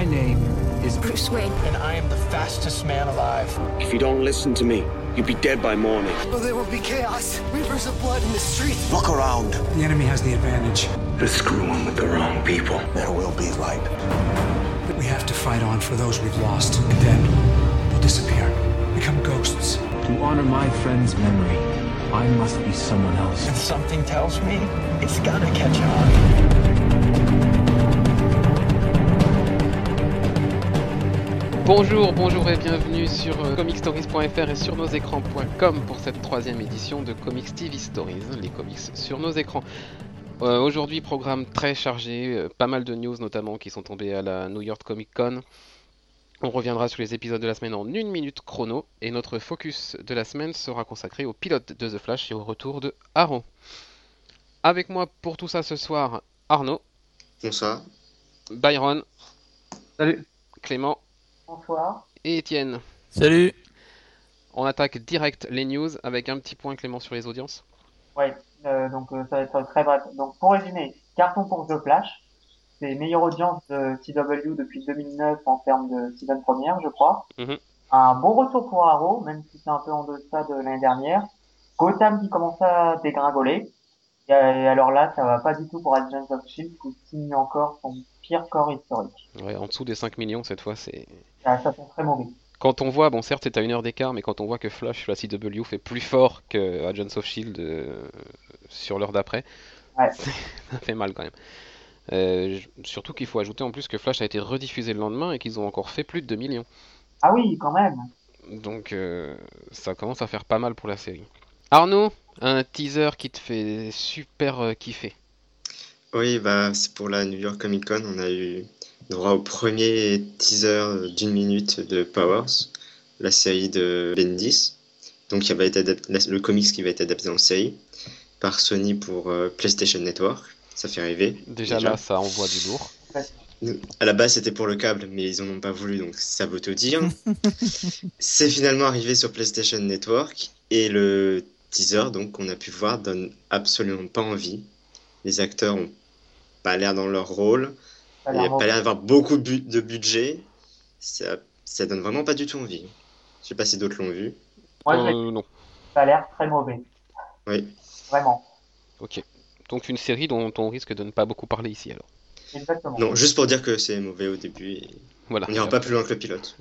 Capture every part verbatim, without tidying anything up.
My name is Bruce Wayne. And I am the fastest man alive. If you don't listen to me, you'll be dead by morning. Oh, there will be chaos. Rivers of blood in the streets. Look around. The enemy has the advantage. They're screwing with the wrong people. There will be light. But we have to fight on for those we've lost. And then we'll disappear. Become ghosts. To honor my friend's memory, I must be someone else. And something tells me it's gonna catch on. Bonjour, bonjour et bienvenue sur comic stories point f r et sur nos écrans point com pour cette troisième édition de Comics T V Stories, les comics sur nos écrans. Euh, aujourd'hui, programme très chargé, euh, pas mal de news notamment qui sont tombées à la New York Comic Con. On reviendra sur les épisodes de la semaine en une minute chrono et notre focus de la semaine sera consacré au pilote de The Flash et au retour de Arrow. Avec moi pour tout ça ce soir, Arnaud. Bonsoir. Byron. Salut. Clément. Bonsoir. Et Étienne. Salut. On attaque direct les news avec un petit point Clément sur les audiences. Oui, euh, donc euh, ça va être très bref. Donc pour résumer, carton pour The Flash, c'est meilleure audience de C W depuis deux mille neuf en termes de saison première, je crois. Mm-hmm. Un bon retour pour Arrow, même si c'est un peu en deçà de l'année dernière. Gotham qui commence à dégringoler. Et alors là, ça va pas du tout pour Agents of Shield qui signe encore son pire score historique. Ouais, en dessous des cinq millions cette fois, c'est... Ah, ça sent très mauvais. Quand on voit, bon certes c'est à une heure d'écart, mais quand on voit que Flash sur la C W fait plus fort que Agents of Shield euh, sur l'heure d'après, ouais. Ça fait mal quand même. Euh, surtout qu'il faut ajouter en plus que Flash a été rediffusé le lendemain et qu'ils ont encore fait plus de deux millions. Ah oui, quand même. Donc euh, ça commence à faire pas mal pour la série. Arnaud, un teaser qui te fait super euh, kiffer. Oui, bah c'est pour la New York Comic Con, on a eu droit au premier teaser d'une minute de Powers, la série de Bendis, donc qui va être adapté, le comics qui va être adapté en série par Sony pour euh, PlayStation Network. Ça fait rêver. Déjà, déjà là, ça envoie du lourd. À la base, c'était pour le câble, mais ils en ont pas voulu, donc ça veut tout dire. C'est finalement arrivé sur PlayStation Network et le teaser, donc qu'on a pu voir, donne absolument pas envie. Les acteurs ont pas l'air dans leur rôle. Il n'y a pas l'air d'avoir beaucoup de, bu- de budget. Ça, ça donne vraiment pas du tout envie. Je sais pas si d'autres l'ont vu. Moi, euh, non. Ça a l'air très mauvais. Oui. Vraiment. Ok. Donc une série dont on risque de ne pas beaucoup parler ici alors. Exactement. Non, juste pour dire que c'est mauvais au début. Et voilà. On n'ira pas plus loin que le pilote.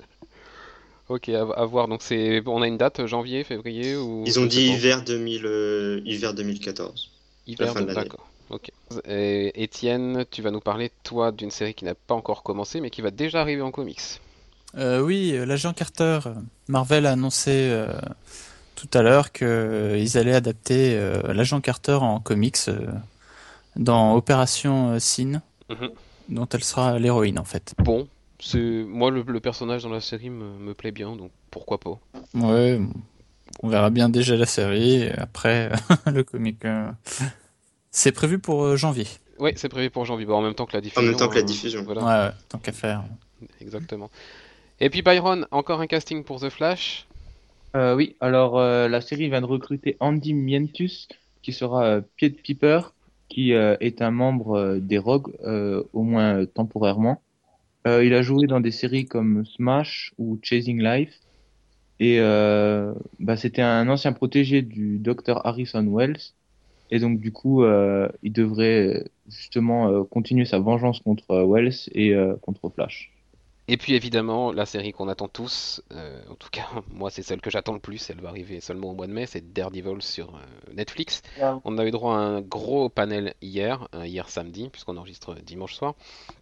Ok, à, à voir. Donc c'est, on a une date, janvier, février ou... Ils ont dit hiver, deux mille, euh, hiver deux mille quatorze. Hiver, la fin de l'année. D'accord. Ok. Et Étienne, tu vas nous parler, toi, d'une série qui n'a pas encore commencé, mais qui va déjà arriver en comics. Euh, oui, euh, l'agent Carter. Marvel a annoncé euh, tout à l'heure qu'ils euh, allaient adapter euh, l'agent Carter en comics euh, dans Opération euh, Sin, mm-hmm. dont elle sera l'héroïne en fait. Bon, c'est moi le, le personnage dans la série me, me plaît bien, donc pourquoi pas. Ouais, on verra bien déjà la série, et après le comic. Euh... C'est prévu pour euh, janvier. Oui, c'est prévu pour janvier, bon, en même temps que la diffusion. En même temps que la diffusion. Euh, voilà. Ouais, ouais, tant qu'à faire. Exactement. Et puis Byron, encore un casting pour The Flash. Euh, oui, alors euh, la série vient de recruter Andy Mientus, qui sera euh, Pied Piper, qui euh, est un membre euh, des Rogues, euh, au moins euh, temporairement. Euh, il a joué dans des séries comme Smash ou Chasing Life. Et euh, bah, c'était un ancien protégé du docteur Harrison Wells. Et donc du coup, euh, il devrait justement euh, continuer sa vengeance contre euh, Wells et euh, contre Flash. Et puis évidemment, la série qu'on attend tous, euh, en tout cas moi c'est celle que j'attends le plus, elle va arriver seulement au mois de mai, c'est Daredevil sur euh, Netflix. Yeah. On a eu droit à un gros panel hier, euh, hier samedi, puisqu'on enregistre dimanche soir,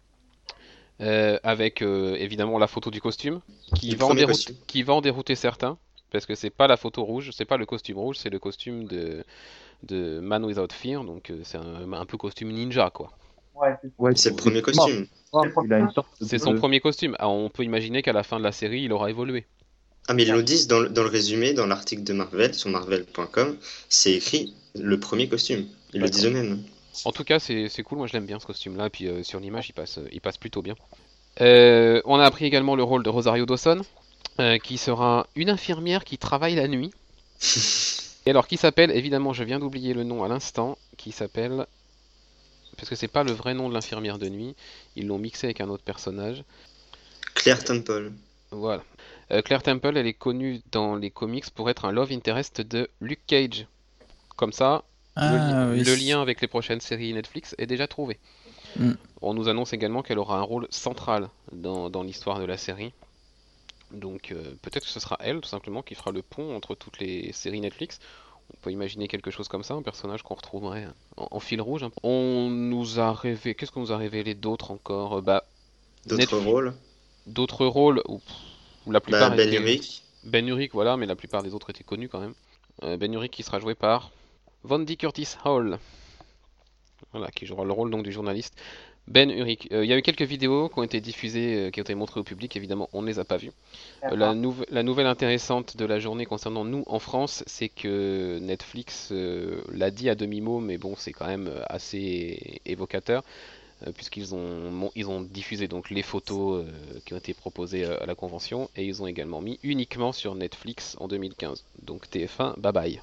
euh, avec euh, évidemment la photo du costume, qui va, en dérouter, qui va en dérouter certains, parce que c'est pas la photo rouge, c'est pas le costume rouge, c'est le costume de... de Man Without Fear, donc euh, c'est un, un peu costume ninja quoi. Ouais, c'est, ouais, c'est le premier costume. Oh, il a une sorte c'est son premier costume. Alors, on peut imaginer qu'à la fin de la série, il aura évolué. Ah mais ils le disent dans, dans le résumé, dans l'article de Marvel sur marvel point com, c'est écrit le premier costume. Ils D'accord. le disent eux-mêmes. En tout cas, c'est, c'est cool. Moi, je l'aime bien ce costume-là. Et puis euh, sur l'image, il passe, il passe plutôt bien. Euh, on a appris également le rôle de Rosario Dawson, euh, qui sera une infirmière qui travaille la nuit. Et alors, qui s'appelle, évidemment, je viens d'oublier le nom à l'instant, qui s'appelle, parce que c'est pas le vrai nom de l'infirmière de nuit, ils l'ont mixé avec un autre personnage. Claire Temple. Voilà. Euh, Claire Temple, elle est connue dans les comics pour être un love interest de Luke Cage. Comme ça, Ah, le, li- oui. le lien avec les prochaines séries Netflix est déjà trouvé. Mm. On nous annonce également qu'elle aura un rôle central dans, dans l'histoire de la série. Donc euh, peut-être que ce sera elle, tout simplement, qui fera le pont entre toutes les séries Netflix. On peut imaginer quelque chose comme ça, un personnage qu'on retrouverait en, en fil rouge. On nous a rêvé... Qu'est-ce qu'on nous a révélé d'autre encore? Bah, D'autres Netflix- rôles. D'autres rôles où, où la Bah, plupart Ben étaient... Urich. Ben Urich, voilà, mais la plupart des autres étaient connus quand même. Euh, Ben Urich qui sera joué par Vandy Curtis Hall. Voilà, qui jouera le rôle donc du journaliste Ben Urich. Euh, Il y a eu quelques vidéos qui ont été diffusées, euh, qui ont été montrées au public, évidemment, on ne les a pas vues. Euh, la, nouve- la nouvelle intéressante de la journée concernant nous en France, c'est que Netflix euh, l'a dit à demi-mot, mais bon, c'est quand même euh, assez évocateur, euh, puisqu'ils ont, mon- ils ont diffusé donc les photos euh, qui ont été proposées euh, à la convention, et ils ont également mis uniquement sur Netflix en deux mille quinze. Donc T F un, bye bye.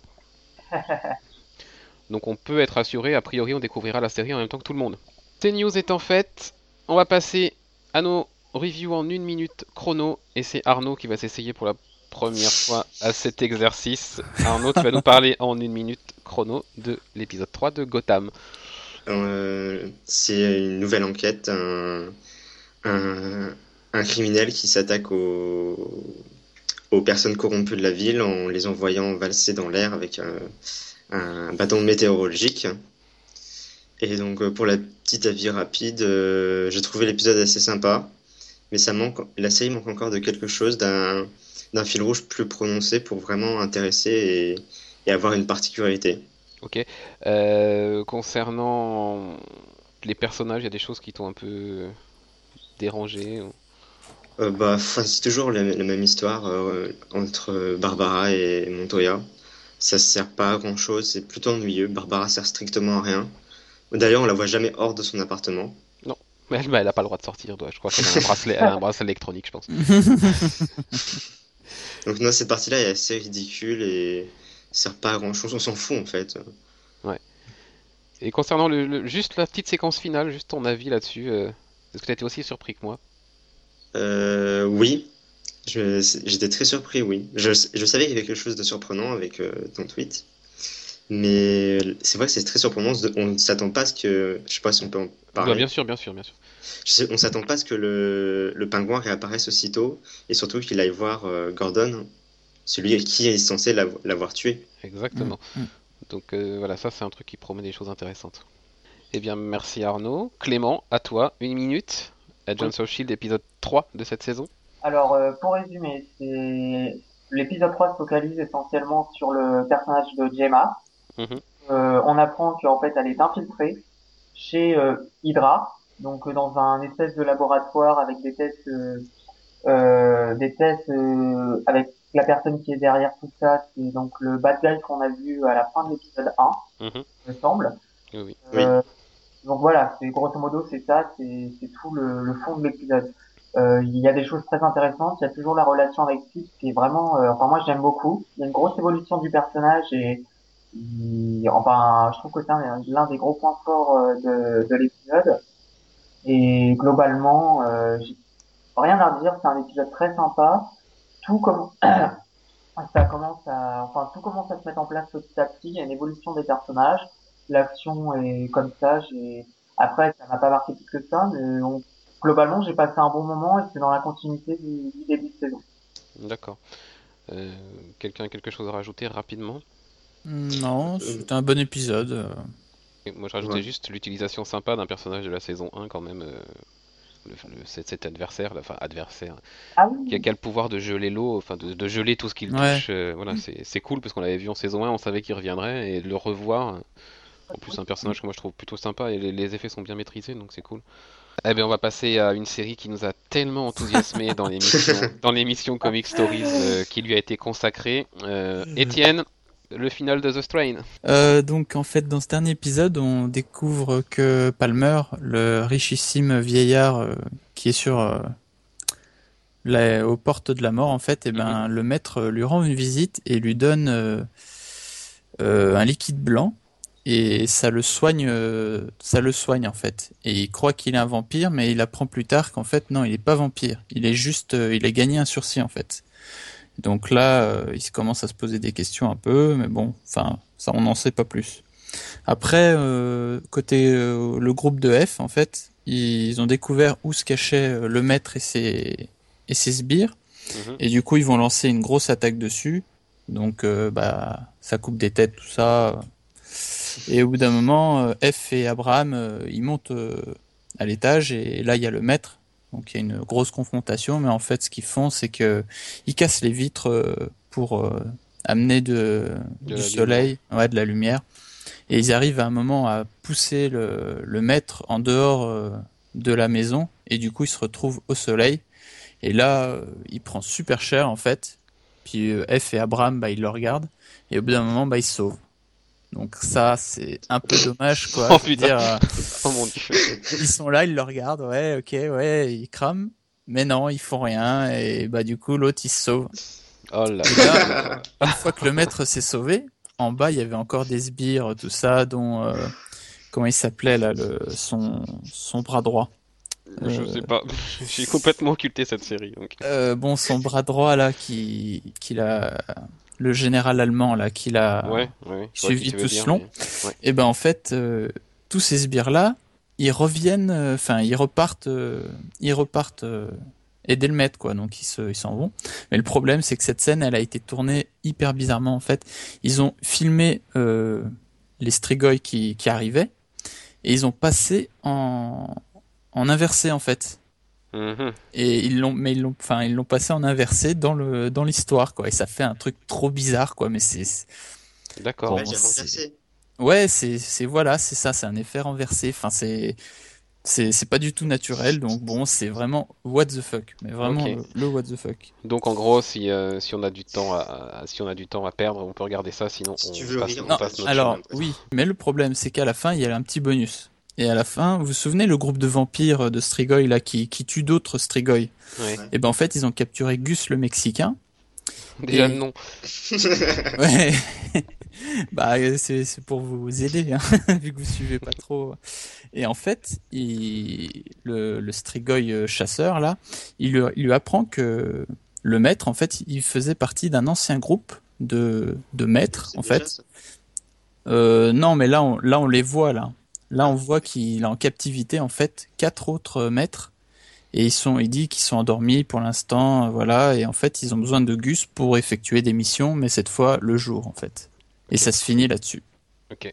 Donc on peut être assuré, a priori on découvrira la série en même temps que tout le monde. Ces news étant faites, on va passer à nos reviews en une minute chrono, et c'est Arnaud qui va s'essayer pour la première fois à cet exercice. Arnaud, tu vas nous parler en une minute chrono de l'épisode trois de Gotham. Euh, c'est une nouvelle enquête, un, un, un criminel qui s'attaque aux, aux personnes corrompues de la ville en les envoyant valser dans l'air avec un, un bâton météorologique. Et donc pour la petite avis rapide, euh, j'ai trouvé l'épisode assez sympa, mais ça manque, la série manque encore de quelque chose, d'un, d'un fil rouge plus prononcé pour vraiment intéresser et, et avoir une particularité. Ok. Euh, concernant les personnages, il y a des choses qui t'ont un peu dérangé ou- Euh, bah, enfin, c'est toujours la, la même histoire euh, entre Barbara et Montoya. Ça sert pas à grand chose, c'est plutôt ennuyeux. Barbara sert strictement à rien. D'ailleurs, on la voit jamais hors de son appartement. Non, mais elle, bah, elle a pas le droit de sortir, doit- je crois qu'elle a un bracelet, elle a un bracelet électronique, je pense. Donc non, cette partie-là est assez ridicule et sert pas à grand chose. On s'en fout en fait. Et concernant le, le- juste la petite séquence finale, juste ton avis là-dessus, euh, est-ce que tu as été aussi surpris que moi? Euh, oui, Je- j'étais très surpris, oui. Je, je savais qu'il y avait quelque chose de surprenant avec euh, ton tweet. Mais c'est vrai que c'est très surprenant. On ne s'attend pas à ce que. Je sais pas si on peut en parler. Bah, bien sûr, bien sûr, bien sûr. Je sais- on s'attend pas à ce que le, le pingouin réapparaisse aussitôt. Et surtout qu'il aille voir euh, Gordon, celui qui est censé l'av- l'avoir tué. Exactement. Mm, mm. Donc euh, voilà, ça c'est un truc qui promet des choses intéressantes. Eh bien, merci Arnaud. Clément, à toi, une minute. Agents of Shield, épisode trois de cette saison. Alors, euh, pour résumer, c'est l'épisode trois se focalise essentiellement sur le personnage de Gemma. Mhm. Euh, on apprend qu'en fait, elle est infiltrée chez euh, Hydra, donc euh, dans un espèce de laboratoire avec des tests, euh, euh, des tests euh, avec la personne qui est derrière tout ça, c'est donc le bad guy qu'on a vu à la fin de l'épisode un, Mhm. me semble. Oui, oui. Euh, donc voilà, c'est grosso modo c'est ça, c'est c'est tout le, le fond de l'épisode. Euh, Il y a des choses très intéressantes, il y a toujours la relation avec Pete qui est vraiment, euh, enfin moi j'aime beaucoup. Il y a une grosse évolution du personnage et il- enfin je trouve que c'est un- l'un des gros points forts euh, de, de l'épisode. Et globalement, euh, j'ai rien à redire, c'est un épisode très sympa. Tout comme ça commence à, enfin tout commence à se mettre en place petit à petit. Il y a une évolution des personnages, l'action est comme ça. J'ai après ça m'a pas marqué plus que ça, mais on- globalement j'ai passé un bon moment et c'est dans la continuité du, du début de saison. D'accord. Euh, quelqu'un a quelque chose à rajouter rapidement? Non, c'était un bon épisode. euh. Et moi je rajoutais Ouais. juste l'utilisation sympa d'un personnage de la saison un quand même. euh, le- le- cet, cet adversaire, là, enfin adversaire, Ah qui a, oui, qui a le pouvoir de geler l'eau, enfin de, de geler tout ce qu'il Ouais. touche. euh, voilà, c'est c'est cool parce qu'on l'avait vu en saison un, on savait qu'il reviendrait et de le revoir. euh, En plus, un personnage que moi je trouve plutôt sympa et les, les effets sont bien maîtrisés donc c'est cool. Eh bien, on va passer à une série qui nous a tellement enthousiasmé dans l'émission, dans l'émission Comic Stories euh, qui lui a été consacrée. Euh, Étienne, le final de The Strain. Euh, donc en fait dans ce dernier épisode on découvre que Palmer, le richissime vieillard euh, qui est sur euh, la- aux portes de la mort en fait, et ben le maître lui rend une visite et lui donne euh, euh, un liquide blanc et ça le soigne, euh, ça le soigne en fait. Et il croit qu'il est un vampire, mais il apprend plus tard qu'en fait non, il est pas vampire. Il est juste, euh, il a gagné un sursis en fait. Donc là, euh, il commence à se poser des questions un peu, mais bon, enfin, ça on n'en sait pas plus. Après, euh, côté euh, le groupe de F, en fait, ils ont découvert où se cachait le maître et ses et ses sbires, mmh. et du coup ils vont lancer une grosse attaque dessus. Donc euh, bah ça coupe des têtes, tout ça. Et au bout d'un moment, euh, F et Abraham, euh, ils montent euh, à l'étage et là il y a le maître. Donc il y a une grosse confrontation, mais en fait ce qu'ils font, c'est que ils cassent les vitres euh, pour euh, amener de, de du soleil, ouais, de la lumière. Et ils arrivent à un moment à pousser le, le maître en dehors euh, de la maison, et du coup il se retrouve au soleil. Et là, euh, il prend super cher en fait. Puis euh, F et Abraham, bah, ils le regardent, et au bout d'un moment, bah, ils se sauvent. Donc ça, c'est un peu dommage, quoi. Oh je veux putain. dire, euh, Oh mon dieu. Ils sont là, ils le regardent, ouais, ok, ouais, ils crament, mais non, ils font rien, et bah du coup, l'autre, il se sauve. Oh là Et là, une fois que le maître s'est sauvé, en bas, il y avait encore des sbires, tout ça, dont euh, comment il s'appelait là, le son son bras droit. Je Euh, sais pas, j'ai complètement occulté cette série. Donc. Euh, bon, son bras droit là, qui, qui l'a, le général allemand là, qui l'a ouais, ouais, suivi tout ce long. Mais... Ouais. Et ben en fait, euh, tous ces sbires là, ils reviennent, enfin euh, ils repartent, euh, ils repartent euh, aider le maître quoi. Donc ils se, ils s'en vont. Mais le problème, c'est que cette scène, elle a été tournée hyper bizarrement en fait. Ils ont filmé euh, les Strigoi qui, qui arrivaient et ils ont passé en en inversé en fait. Mmh. Et ils l'ont, mais ils l'ont, enfin ils l'ont passé en inversé dans le dans l'histoire quoi. Et ça fait un truc trop bizarre quoi. Mais c'est, c'est... D'accord. Bon, c'est... Ouais, c'est c'est voilà, c'est ça, c'est un effet renversé. Enfin c'est c'est c'est pas du tout naturel. Donc bon, c'est vraiment what the fuck. Mais vraiment okay. le, le what the fuck. Donc en gros, si euh, si on a du temps à, à si on a du temps à perdre, on peut regarder ça. Sinon, si on tu veux passe, rire, on passe notre alors chemin. oui, mais le problème c'est qu'à la fin il y a un petit bonus. Et à la fin, vous vous souvenez le groupe de vampires de Strigoi là qui, qui tue d'autres Strigoi. Ouais. Et ben en fait ils ont capturé Gus le Mexicain. Déjà et... le nom. Ouais. Bah c'est c'est pour vous aider hein, vu que vous suivez pas trop. Et en fait, il... le le Strigoi chasseur là, il lui, il lui apprend que le maître en fait, il faisait partie d'un ancien groupe de de maîtres en fait. Euh, non, mais là on là on les voit là. Là, on voit qu'il a en captivité en fait quatre autres maîtres et ils sont, il dit qu'ils sont endormis pour l'instant, voilà. Et en fait, ils ont besoin de Gus pour effectuer des missions, mais cette fois le jour en fait. Et ça se finit là-dessus. Ok.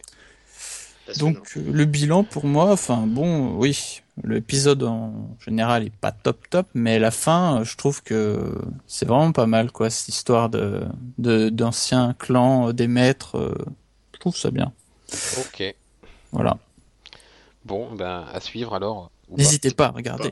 Donc euh, le bilan pour moi, enfin bon, oui, l'épisode en général est pas top top, mais la fin, je trouve que c'est vraiment pas mal quoi, cette histoire de, de d'anciens clans, des maîtres, euh, je trouve ça bien. Ok. Voilà. Bon, ben à suivre alors. N'hésitez pas, pas regardez.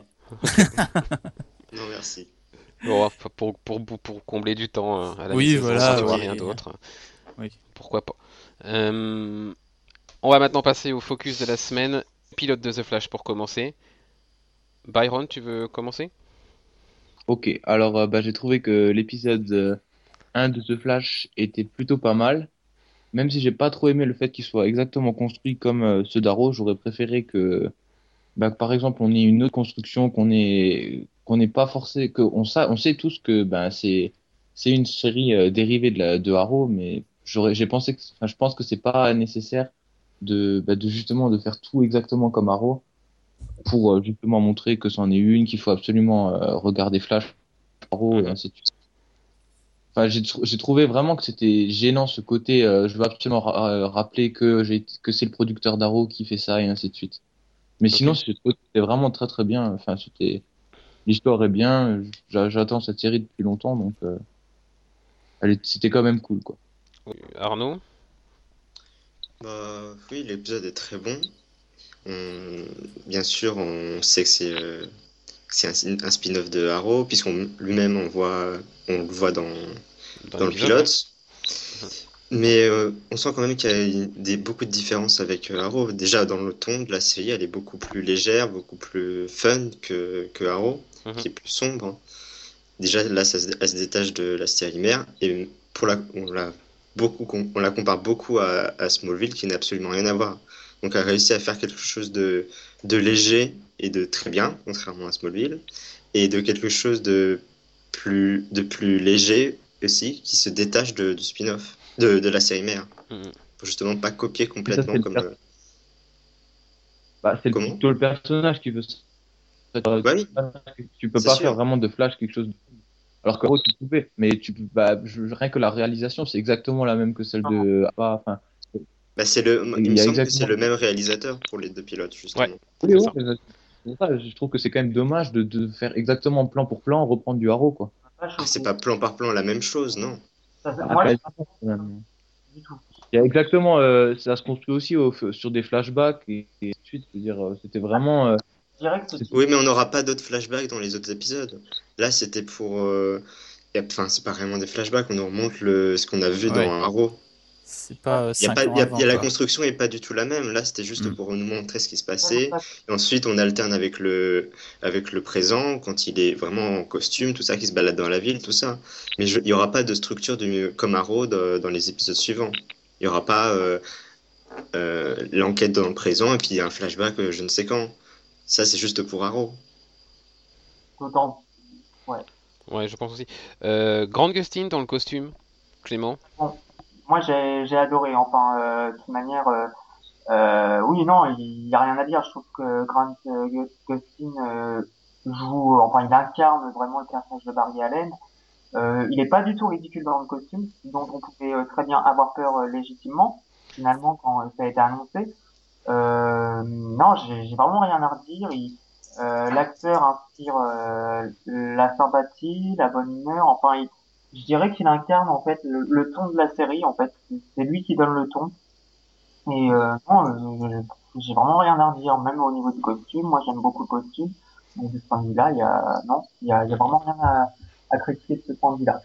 Non merci. Bon, pour, pour, pour, pour combler du temps à la oui, saison, voilà, si tu vois oui. rien d'autre. Oui. Pourquoi pas. Euh, on va maintenant passer au focus de la semaine. Pilote de The Flash pour commencer. Byron, tu veux commencer ? Ok, alors euh, bah, j'ai trouvé que l'épisode euh, un de The Flash était plutôt pas mal. Même si j'ai pas trop aimé le fait qu'il soit exactement construit comme euh, ceux d'Arrow, j'aurais préféré que, bah, par exemple, on ait une autre construction, qu'on ait, qu'on n'ait pas forcé, qu'on sa, on sait tous que, ben, c'est, c'est une série euh, dérivée de la, de Arrow, mais j'aurais, j'ai pensé que, enfin, je pense que c'est pas nécessaire de, bah, de justement de faire tout exactement comme Arrow pour euh, justement montrer que c'en est une, qu'il faut absolument euh, regarder Flash, Arrow et ainsi de suite. Enfin, j'ai, j'ai trouvé vraiment que c'était gênant ce côté. Euh, je veux absolument ra- rappeler que j'ai que c'est le producteur d'Arrow qui fait ça et ainsi de suite. Mais okay. Sinon, c'était vraiment très très bien. Enfin, c'était l'histoire est bien. J'attends cette série depuis longtemps, donc euh, elle est... c'était quand même cool, quoi. Arnaud. Bah oui, l'épisode est très bon. On... Bien sûr, on sait que c'est euh... c'est un, un spin-off de Arrow, puisqu'on lui-même on voit on le voit dans dans, dans le pilote. Mmh. Mais euh, on sent quand même qu'il y a des, beaucoup de différences avec euh, Arrow. Déjà dans le ton de la série, elle est beaucoup plus légère, beaucoup plus fun que que Arrow, mmh. qui est plus sombre. Déjà là, ça se, elle se détache de la série mère, et pour la on l'a beaucoup, on la compare beaucoup à, à Smallville, qui n'a absolument rien à voir. Donc, elle a réussi à faire quelque chose de, de léger et de très bien, contrairement à Smallville, et de quelque chose de plus, de plus léger aussi, qui se détache de, du spin-off, de, de la série mère. Mm-hmm. Pour justement pas copier complètement ça, comme. Le per... bah, c'est Comment plutôt le personnage qui veut. Bah oui. Tu peux c'est pas sûr. faire vraiment de Flash quelque chose. De... Alors que tu pouvais, mais tu bah, je, rien que la réalisation, c'est exactement la même que celle de. Ah, enfin. Bah c'est le. Il, il me semble exactement... que c'est le même réalisateur pour les deux pilotes justement. Ouais. Oui, oui, c'est ça. Je trouve que c'est quand même dommage de, de faire exactement plan pour plan reprendre du Arrow, quoi. Ah, c'est pas plan par plan la même chose, non. Ça, ah, moi, pas du tout. Il y a exactement, euh, ça se construit aussi au, sur des flashbacks et, et suite. Je veux dire, c'était vraiment. Euh, oui, mais on n'aura pas d'autres flashbacks dans les autres épisodes. Là, c'était pour. Euh... Enfin, c'est pas vraiment des flashbacks. On nous remonte le ce qu'on a vu ouais. dans Arrow. C'est pas. Il y a pas. Il y a, avant, y a la construction est pas du tout la même. Là, c'était juste mm. pour nous montrer ce qui se passait. Et ensuite, on alterne avec le avec le présent quand il est vraiment en costume, tout ça, qui se balade dans la ville, tout ça. Mais je... il y aura pas de structure du... comme Arrow de... dans les épisodes suivants. Il y aura pas euh... Euh... l'enquête dans le présent et puis un flashback euh, je ne sais quand. Ça, c'est juste pour Arrow. Autant. Ouais. Ouais, je pense aussi. Euh, Grant Gustin dans le costume, Clément. Bon. Moi, j'ai, j'ai adoré. Enfin, euh, de toute manière, euh, euh, oui, non, il n'y a rien à dire. Je trouve que Grant euh, Gustin euh, joue, enfin, il incarne vraiment le personnage de Barry Allen. Euh, il est pas du tout ridicule dans le costume, dont on pouvait euh, très bien avoir peur euh, légitimement, finalement, quand euh, ça a été annoncé. Euh, non, j'ai, j'ai vraiment rien à redire. Il, euh, l'acteur inspire euh, la sympathie, la bonne humeur. Enfin, il, je dirais qu'il incarne en fait le, le ton de la série. En fait, c'est lui qui donne le ton. Et euh, non, euh, j'ai vraiment rien à redire, même au niveau du costume. Moi, j'aime beaucoup le costume. Donc de ce point de vue-là, il y a non, il y a, il y a vraiment rien à, à critiquer de ce point de vue-là.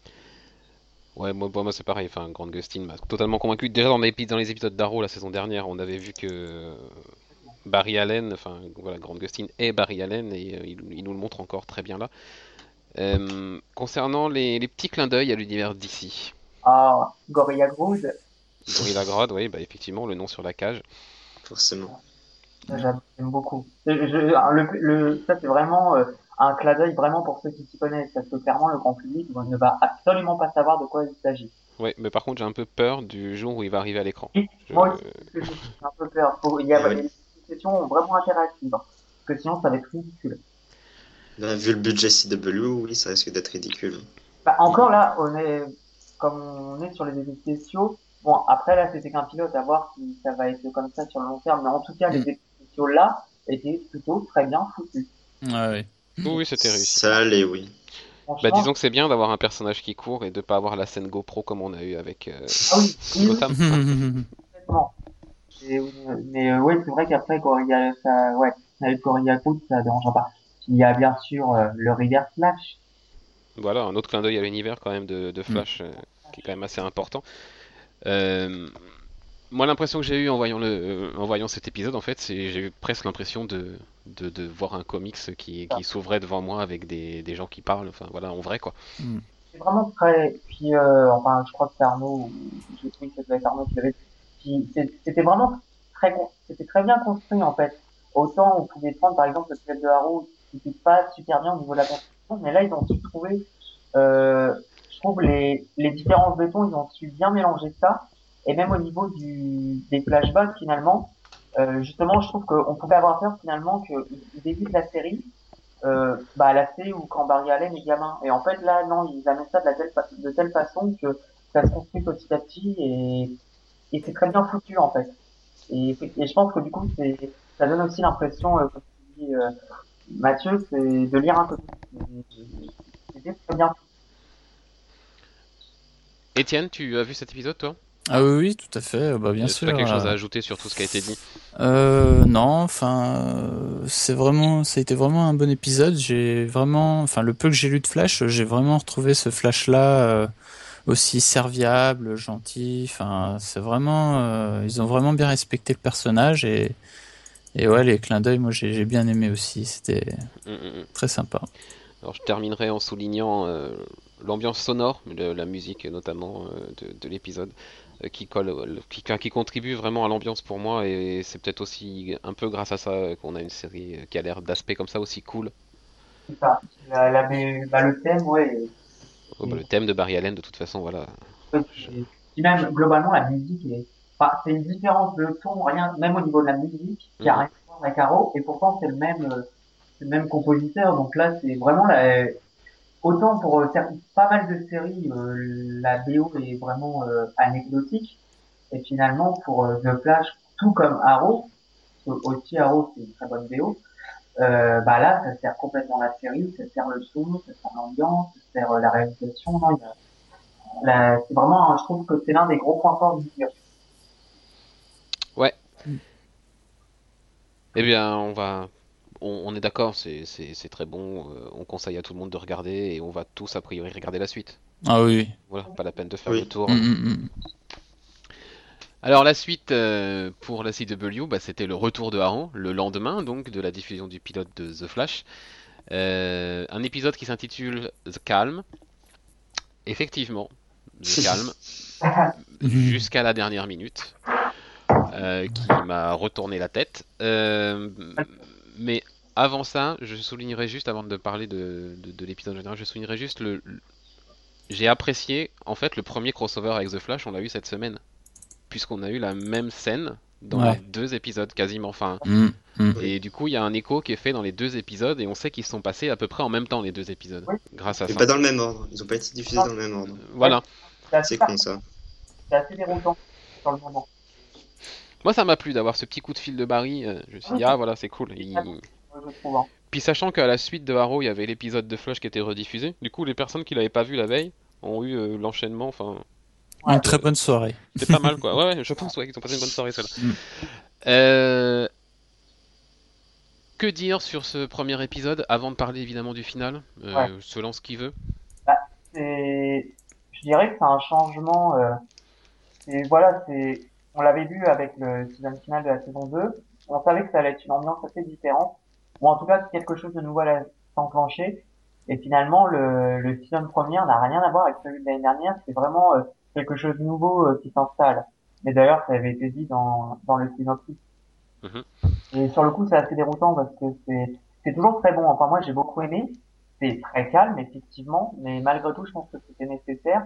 Ouais, moi, moi c'est pareil, enfin, Grant Gustin m'a totalement convaincu. Déjà dans les, dans les épisodes d'Arrow la saison dernière, on avait vu que Barry Allen, enfin voilà, Grant Gustin est Barry Allen et euh, il, il nous le montre encore très bien là. Euh, concernant les, les petits clins d'œil à l'univers D C. Ah, Gorilla Grodd. Gorilla Grodd, oui, bah effectivement, le nom sur la cage. Forcément. J'aime beaucoup. Je, je, le, le, ça c'est vraiment euh, un clin d'œil vraiment pour ceux qui s'y connaissent, parce que clairement le grand public ne va absolument pas savoir de quoi il s'agit. Ouais, mais par contre j'ai un peu peur du jour où il va arriver à l'écran. Oui, je... Moi aussi, j'ai un peu peur. Pour, il y a ouais. des sessions vraiment interactives, parce que sinon ça va être ridicule. Là, vu le budget C W, oui, ça risque d'être ridicule. Bah, encore là, on est, comme on est sur les effets spéciaux, bon, après là c'était qu'un pilote, à voir si ça va être comme ça sur le long terme, mais en tout cas, mm. les effets spéciaux là étaient plutôt très bien foutus. Ah oui. Oui, c'était réussi. Ça allait, oui. Bah disons que c'est bien d'avoir un personnage qui court et de pas avoir la scène GoPro comme on a eu avec euh, ah oui, oui, Gotham. Et, mais euh, oui, c'est vrai qu'après Gorilla, ça, ouais, avec Gorilla Grodd, ça dérange pas. Il y a bien sûr euh, le Reverse Flash. Voilà, un autre clin d'œil à l'univers quand même de, de Flash, mmh. euh, qui est quand même assez important. Euh, moi, l'impression que j'ai eue en voyant le, euh, en voyant cet épisode, en fait, c'est j'ai eu presque l'impression de, de, de voir un comics qui, qui s'ouvrait devant moi avec des, des gens qui parlent, enfin voilà, en vrai quoi. Mmh. C'est vraiment très, puis euh, enfin, je crois que c'est Arnaud, je sais que c'est Arnaud qui l'avait. Puis c'était vraiment très, c'était très bien construit en fait. Autant on pouvait prendre par exemple le pilote de Arrow qui n'était pas super bien au niveau de la construction, mais là ils ont su trouver, euh, je trouve les les différences de ton, ils ont su bien mélanger ça. Et même au niveau du des flashbacks finalement, euh, justement je trouve qu'on pouvait avoir peur finalement qu'ils évitent la série, euh, bah à la C ou quand Barry Allen est gamin. Et en fait là non, ils amènent ça de, la telle, de telle façon que ça se construit petit à petit et et c'est très bien foutu en fait. Et, et je pense que du coup c'est ça donne aussi l'impression, euh, comme tu dis euh, Mathieu, c'est de lire un comic. C'était très bien. Étienne, tu as vu cet épisode toi? Ah oui, oui, tout à fait, bah bien Est-ce sûr. Tu as quelque euh... chose à ajouter sur tout ce qui a été dit? Euh, non, enfin, euh, c'est vraiment, ça a été vraiment un bon épisode. J'ai vraiment, enfin, le peu que j'ai lu de Flash, j'ai vraiment retrouvé ce Flash-là euh, aussi serviable, gentil. Enfin, c'est vraiment, euh, ils ont vraiment bien respecté le personnage et et ouais, les clins d'œil, moi j'ai, j'ai bien aimé aussi. C'était mmh, mmh. très sympa. Alors je terminerai en soulignant euh, l'ambiance sonore, de, la musique notamment euh, de, de l'épisode, euh, qui colle, euh, qui, qui contribue vraiment à l'ambiance pour moi, et c'est peut-être aussi un peu grâce à ça qu'on a une série qui a l'air d'aspect comme ça aussi cool. C'est ça. La, la, bah, le thème, ouais. Oh, bah, le thème de Barry Allen, de toute façon, voilà. Ouais, et même globalement, la musique est. Enfin, c'est une différence de ton, rien, même au niveau de la musique, qui a rien à voir avec Arrow, et pourtant c'est le même, euh, c'est le même compositeur. Donc là, c'est vraiment la. Autant pour euh, pas mal de séries, euh, la B O est vraiment euh, anecdotique, et finalement pour euh, The Flash, tout comme Arrow, aussi Arrow c'est une très bonne B O. Euh, bah là, ça sert complètement la série, ça sert le son, ça sert l'ambiance, ça sert euh, la réalisation. Non, il y a, la, c'est vraiment, je trouve que c'est l'un des gros points forts du jeu. Ouais. Mm. Eh bien, on va, on, on est d'accord, c'est, c'est, c'est très bon. Euh, on conseille à tout le monde de regarder et on va tous a priori regarder la suite. Ah oui. Voilà, pas la peine de faire oui. le tour. Mm, mm. Alors la suite euh, pour la C W, bah, c'était le retour de Arrow, le lendemain donc de la diffusion du pilote de The Flash. Euh, un épisode qui s'intitule The Calm. Effectivement, The Calm, jusqu'à la dernière minute, euh, qui m'a retourné la tête. Euh, mais avant ça, je soulignerai juste, avant de parler de, de, de l'épisode général, je soulignerai juste le, le... J'ai apprécié en fait le premier crossover avec The Flash, on l'a eu cette semaine. Puisqu'on a eu la même scène dans ouais. les deux épisodes quasiment, enfin, mmh, mmh. et du coup il y a un écho qui est fait dans les deux épisodes et on sait qu'ils se sont passés à peu près en même temps les deux épisodes, oui. grâce à Mais ça. pas dans le même ordre, ils ont pas été diffusés dans le même ordre. Euh, voilà. Ouais. C'est con ça. C'est assez déroutant sur le moment. Moi ça m'a plu d'avoir ce petit coup de fil de Barry, euh, je me suis dit ah voilà c'est cool. Il... Puis sachant qu'à la suite de Arrow il y avait l'épisode de Flash qui était rediffusé, du coup les personnes qui l'avaient pas vu la veille ont eu euh, l'enchaînement, enfin... Ouais, une très bonne soirée. C'était pas mal quoi. Ouais, ouais je pense ouais, qu'ils ont passé une bonne soirée celle-là. Mm. Euh... Que dire sur ce premier épisode avant de parler évidemment du final euh, ouais. Se lance qui veut. Bah, c'est... Je dirais que c'est un changement. Euh... Et voilà, c'est. On l'avait vu avec le season final de la saison deux. On savait que ça allait être une ambiance assez différente. Ou en tout cas quelque chose de nouveau à s'enclencher. Et finalement, le, le season premier n'a rien à voir avec celui de l'année dernière. C'est vraiment euh, quelque chose de nouveau euh, qui s'installe. Mais d'ailleurs, ça avait été dit dans, dans le synopsis. Mm-hmm. Et sur le coup, c'est assez déroutant parce que c'est, c'est toujours très bon. Enfin, moi, j'ai beaucoup aimé. C'est très calme, effectivement. Mais malgré tout, je pense que c'était nécessaire.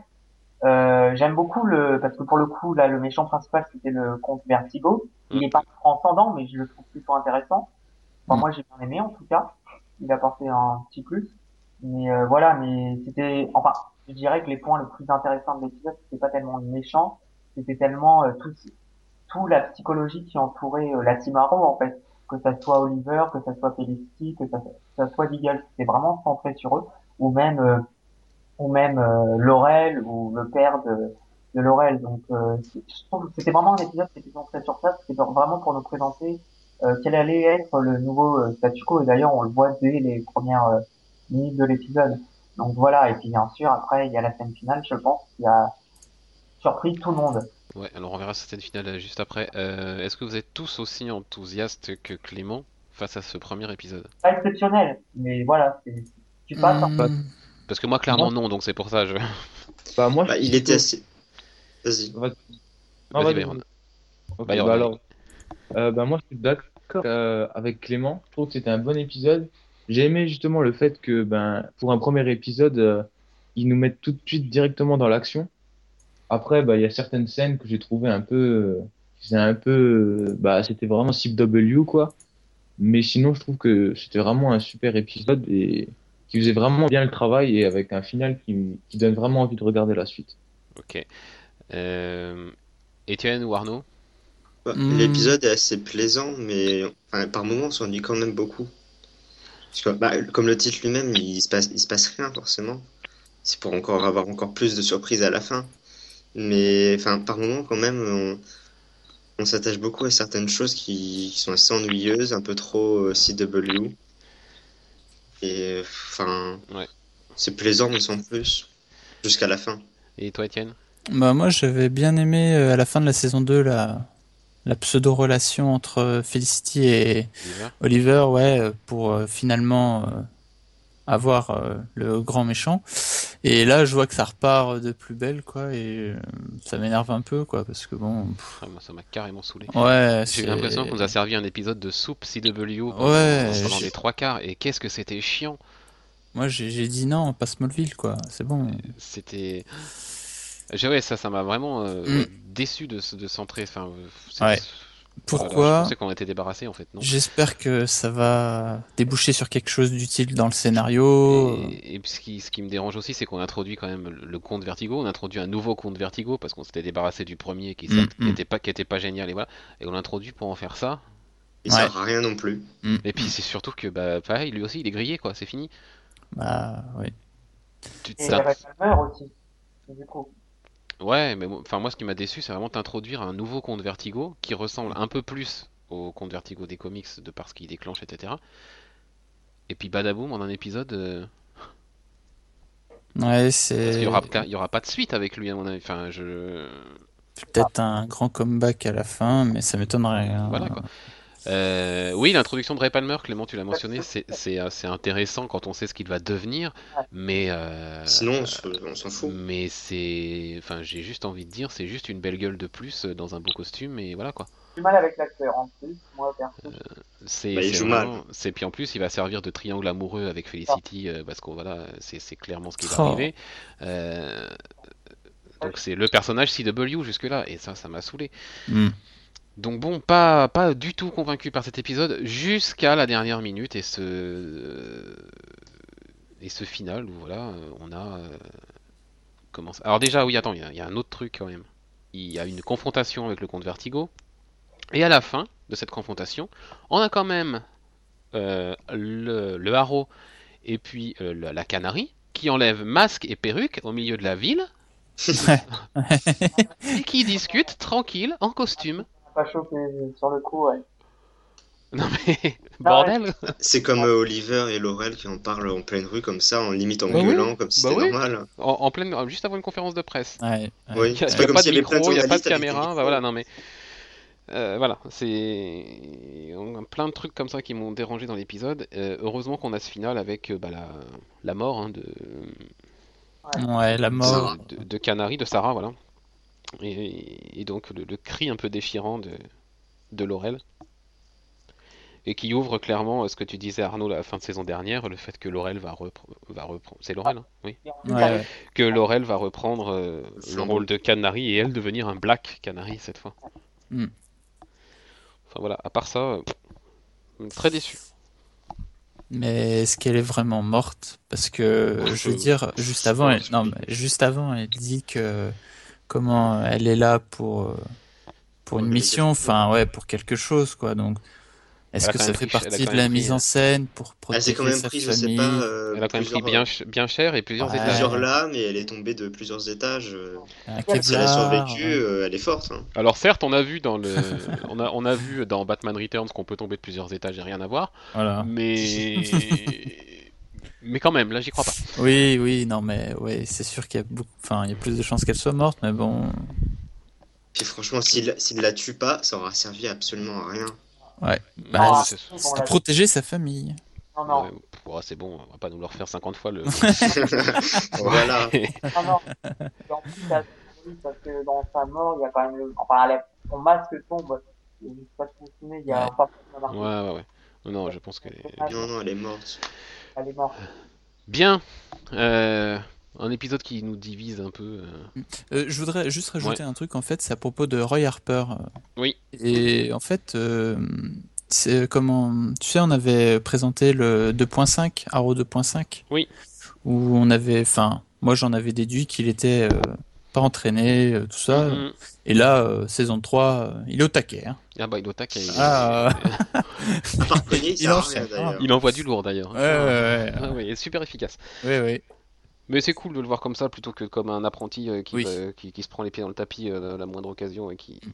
Euh, j'aime beaucoup le, parce que pour le coup, là, le méchant principal, c'était le comte Vertigo. Il mm-hmm. est pas transcendant, mais je le trouve plutôt intéressant. Enfin, mm-hmm. moi, j'ai bien aimé, en tout cas. Il a apporté un petit plus. Mais euh, voilà, mais c'était, enfin, je dirais que les points les plus intéressants de l'épisode, c'était pas tellement le méchant, c'était tellement euh, tout, tout la psychologie qui entourait euh, la Team Arrow en fait, que ça soit Oliver, que ça soit Felicity, que ça, que ça soit Deagle, c'était vraiment centré sur eux, ou même, euh, ou même euh, Laurel ou le père de, de Laurel. Donc, euh, je trouve que c'était vraiment un épisode qui était centré sur ça, c'était vraiment pour nous présenter euh, quel allait être le nouveau euh, statu quo. Et d'ailleurs, on le voit dès les premières euh, minutes de l'épisode. Donc voilà, et puis bien sûr, après, il y a la scène finale, je pense, qui a surpris tout le monde. Ouais, alors on verra cette scène finale juste après. Euh, est-ce que vous êtes tous aussi enthousiastes que Clément face à ce premier épisode? Pas exceptionnel, mais voilà, c'est... tu passes mmh. en... Parce que moi, clairement, non, donc c'est pour ça, je... Bah, moi, bah, il était assez... Vas-y. Vas-y, vas-y Byron. Okay, bah, alors, euh, bah, moi, je suis d'accord euh, avec Clément. Je trouve que c'était un bon épisode. J'ai aimé justement le fait que, ben, pour un premier épisode, euh, ils nous mettent tout de suite directement dans l'action. Après, bah, il y a certaines scènes que j'ai trouvé un peu, euh, c'est un peu, euh, bah, c'était vraiment C W, quoi. Mais sinon, je trouve que c'était vraiment un super épisode et qui faisait vraiment bien le travail et avec un final qui, qui donne vraiment envie de regarder la suite. Ok. Euh... Étienne ou Arnaud? Bah, mmh. L'épisode est assez plaisant, mais enfin, par moments, on s'ennuie quand même beaucoup. Parce que, bah, comme le titre lui-même, il se passe, il se passe rien forcément. C'est pour encore avoir encore plus de surprises à la fin. Mais enfin, par moments, quand même, on, on s'attache beaucoup à certaines choses qui, qui sont assez ennuyeuses, un peu trop euh, C W. Et enfin, ouais. C'est plaisant, mais sans plus, jusqu'à la fin. Et toi, Étienne? Bah moi, j'avais bien aimé euh, à la fin de la saison deux la la pseudo-relation entre Felicity et Oliver, Oliver ouais, pour euh, finalement euh, avoir euh, le grand méchant. Et là, je vois que ça repart de plus belle, quoi, et euh, ça m'énerve un peu, quoi, parce que bon. Ah, moi, ça m'a carrément saoulé. Ouais. J'ai eu l'impression qu'on nous a servi un épisode de soupe C W pendant, ouais, pendant les trois quarts, et qu'est-ce que c'était chiant. Moi, j'ai, j'ai dit non, pas Smallville, quoi. C'est bon. C'était. Ouais, ça, ça m'a vraiment euh, mm. déçu de, de centrer. Enfin, ouais. Pourquoi voilà, je pensais qu'on était débarrassé en fait, non ? J'espère que ça va déboucher sur quelque chose d'utile dans le scénario. Et, et ce, qui, ce qui me dérange aussi, c'est qu'on introduit quand même le conte Vertigo. On introduit un nouveau conte Vertigo parce qu'on s'était débarrassé du premier qui n'était mm, mm. pas, qui était pas génial et voilà. Et on l'introduit pour en faire ça. Il ouais. sert à rien non plus. Mm. Et puis c'est surtout que bah pareil, lui aussi, il est grillé quoi. C'est fini. Bah oui. Tu et Ray Palmer aussi. Du coup. Ouais, mais enfin moi ce qui m'a déçu, c'est vraiment d'introduire un nouveau conte Vertigo qui ressemble un peu plus au conte Vertigo des comics de par ce qu'il déclenche, et cetera. Et puis badaboum en un épisode. Euh... Ouais, c'est. Parce qu'il y aura, il y aura pas de suite avec lui à mon avis. Enfin, je. Peut-être ah. un grand comeback à la fin, mais ça m'étonnerait. Hein. Voilà quoi. Euh, oui, l'introduction de Ray Palmer, Clément, tu l'as mentionné, c'est, c'est, c'est intéressant quand on sait ce qu'il va devenir, mais euh, sinon on s'en fout. Mais c'est, enfin, j'ai juste envie de dire, c'est juste une belle gueule de plus dans un beau costume et voilà quoi. Du mal avec l'acteur en plus, moi perso. Euh, c'est, bah, il c'est joue vraiment, mal. C'est puis en plus, il va servir de triangle amoureux avec Felicity euh, parce que voilà, c'est, c'est clairement ce qui va oh. arriver. Euh, donc c'est le personnage C W jusque là et ça, ça m'a saoulé. Mm. Donc bon, pas, pas du tout convaincu par cet épisode jusqu'à la dernière minute et ce et ce final où voilà, on a euh, commencé. Alors déjà oui, attends, il y, y a un autre truc quand même. Il y a une confrontation avec le comte Vertigo et à la fin de cette confrontation, on a quand même euh, le, le Harrow et puis euh, la, la Canarie qui enlèvent masque et perruque au milieu de la ville et qui discutent tranquille en costume. Pas choqué sur le coup, ouais. Non mais, bordel. C'est comme euh, Oliver et Laurel qui en parlent en pleine rue comme ça, en limite en bah gueulant, oui. comme si bah c'était oui. normal. En, en pleine, juste avant une conférence de presse. Ouais, ouais. Oui, c'est pas comme s'il y avait plein de journalistes, il n'y a pas de caméra, bah voilà, non mais... Euh, voilà, c'est... On a plein de trucs comme ça qui m'ont dérangé dans l'épisode. Euh, heureusement qu'on a ce final avec euh, bah, la... la mort hein, de... Ouais, la mort. De, de, de Canary, de Sarah, voilà. Et, et donc le, le cri un peu déchirant de, de Laurel et qui ouvre clairement ce que tu disais Arnaud la fin de saison dernière, le fait que Laurel va, repre- va reprendre c'est Laurel hein oui ouais, ouais. que Laurel va reprendre euh, le rôle de Canary et elle devenir un Black Canary cette fois. Mm. Enfin voilà, à part ça euh, très déçu. Mais est-ce qu'elle est vraiment morte? Parce que ouais, je veux dire juste avant elle... non mais juste avant elle dit que comment elle est là pour pour une mission, enfin ouais, pour quelque chose quoi. Donc est-ce que ça fait partie de la mise en scène pour protéger quand même sa pris, famille? Je sais pas, euh, elle a quand même pris bien bien cher et plusieurs ouais. étages. Plusieurs là, mais elle est tombée de plusieurs étages. Kevlar, si elle a survécu, ouais. euh, elle est forte. Hein. Alors certes, on a vu dans le, on a on a vu dans Batman Returns qu'on peut tomber de plusieurs étages et rien à voir. Voilà. Mais mais quand même, là, j'y crois pas. Oui, oui, non, mais ouais, c'est sûr qu'il y a beaucoup, enfin, il y a plus de chances qu'elle soit morte, mais bon. Puis franchement, s'il s'il la tue pas, ça aura servi absolument à rien. Ouais. Bah, non, c'est, c'est, c'est protéger sa famille. Non, non. Ouais, ouais, c'est bon, on va pas nous le refaire cinquante fois le. Voilà. Non, non. En plus, c'est parce que dans sa mort, il y a quand même le, enfin, son masque tombe. Je sais pas si vous vous souvenez, il y a ouais. un pas ouais, ouais, ouais. Non, je pense qu'elle est. Non, non, elle est morte. Elle est morte. Bien. Euh, un épisode qui nous divise un peu. Euh... Euh, je voudrais juste rajouter ouais. un truc, en fait, c'est à propos de Roy Harper. Oui. Et en fait, euh, c'est comment. Tu sais, on avait présenté le deux point cinq, Arrow deux point cinq. Oui. Où on avait. Enfin, moi j'en avais déduit qu'il était euh, pas entraîné, euh, tout ça. Mm-hmm. Et là, euh, saison trois, euh, il est au taquet. Hein. Ah bah il est au taquet. Il, ah, il, il, enchaîne, il envoie du lourd d'ailleurs. Ouais, ouais, ouais. Ah, ouais, il est super efficace. Oui, oui. Mais c'est cool de le voir comme ça plutôt que comme un apprenti euh, qui, oui. euh, qui, qui se prend les pieds dans le tapis euh, à la moindre occasion et qui.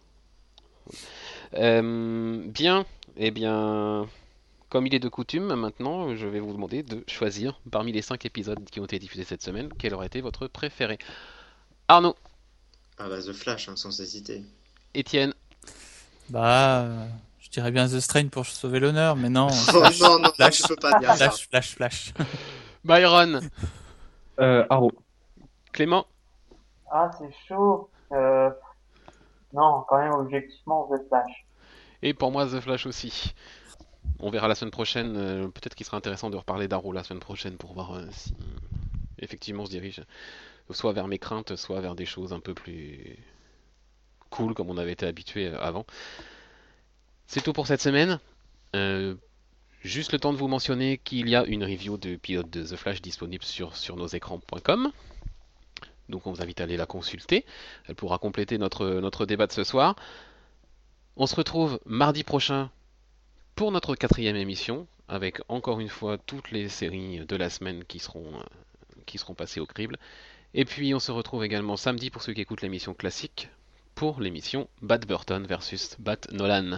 euh, bien, eh bien, comme il est de coutume, maintenant, je vais vous demander de choisir parmi les cinq épisodes qui ont été diffusés cette semaine, quel aurait été votre préféré. Arnaud. Ah bah The Flash, hein, sans hésiter. Étienne. Bah, je dirais bien The Strain pour sauver l'honneur, mais non. Oh, non, non, Flash, tu peux pas dire ça. Flash, Flash, Flash. Byron. Euh, Arrow. Clément. Ah, c'est chaud. Euh... Non, quand même, objectivement, The Flash. Et pour moi, The Flash aussi. On verra la semaine prochaine. Euh, peut-être qu'il sera intéressant de reparler d'Arrow la semaine prochaine pour voir euh, si effectivement on se dirige soit vers mes craintes, soit vers des choses un peu plus cool comme on avait été habitué avant. C'est tout pour cette semaine. Euh, juste le temps de vous mentionner qu'il y a une review de pilote de The Flash disponible sur, sur nos écrans point com. Donc on vous invite à aller la consulter. Elle pourra compléter notre, notre débat de ce soir. On se retrouve mardi prochain pour notre quatrième émission, avec encore une fois toutes les séries de la semaine qui seront, qui seront passées au crible. Et puis on se retrouve également samedi pour ceux qui écoutent l'émission classique, pour l'émission Bat Burton versus Bat Nolan.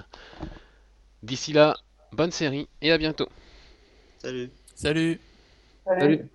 D'ici là, bonne série et à bientôt. Salut. Salut. Salut. Salut.